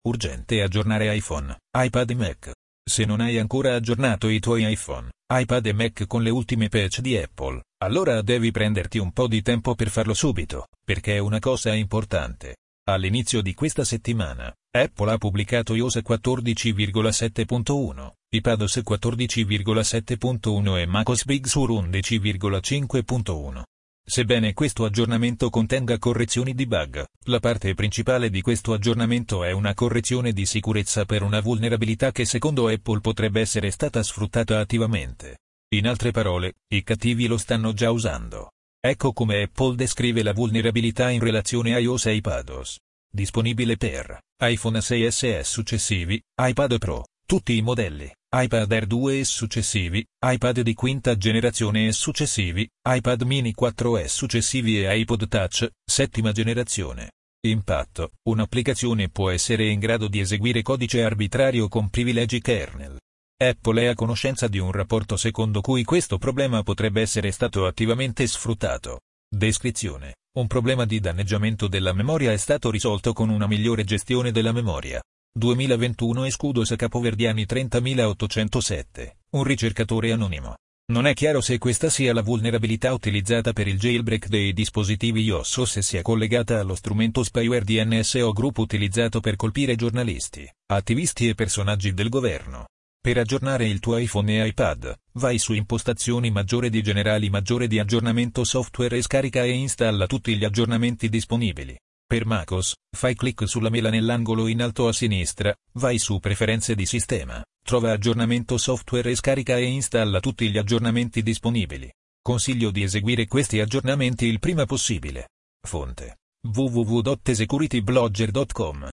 Urgente aggiornare iPhone, iPad e Mac. Se non hai ancora aggiornato i tuoi iPhone, iPad e Mac con le ultime patch di Apple, allora devi prenderti un po' di tempo per farlo subito, perché è una cosa importante. All'inizio di questa settimana, Apple ha pubblicato iOS 14,7.1, iPadOS 14,7.1 e macOS Big Sur 11,5.1. Sebbene questo aggiornamento contenga correzioni di bug, la parte principale di questo aggiornamento è una correzione di sicurezza per una vulnerabilità che secondo Apple potrebbe essere stata sfruttata attivamente. In altre parole, i cattivi lo stanno già usando. Ecco come Apple descrive la vulnerabilità in relazione a iOS e iPadOS. Disponibile per iPhone 6s e successivi, iPad Pro, tutti i modelli, iPad Air 2 e successivi, iPad di quinta generazione e successivi, iPad mini 4 e successivi e iPod Touch, settima generazione. Impatto: un'applicazione può essere in grado di eseguire codice arbitrario con privilegi kernel. Apple è a conoscenza di un rapporto secondo cui questo problema potrebbe essere stato attivamente sfruttato. Descrizione: un problema di danneggiamento della memoria è stato risolto con una migliore gestione della memoria. 2021 Escudos Capoverdiani 30807, un ricercatore anonimo. Non è chiaro se questa sia la vulnerabilità utilizzata per il jailbreak dei dispositivi iOS o se sia collegata allo strumento spyware di NSO Group utilizzato per colpire giornalisti, attivisti e personaggi del governo. Per aggiornare il tuo iPhone e iPad, vai su Impostazioni maggiore di Generali maggiore di aggiornamento software e scarica e installa tutti gli aggiornamenti disponibili. Per macOS, fai clic sulla mela nell'angolo in alto a sinistra, vai su Preferenze di sistema, trova aggiornamento software e scarica e installa tutti gli aggiornamenti disponibili. Consiglio di eseguire questi aggiornamenti il prima possibile. Fonte: www.securityblogger.com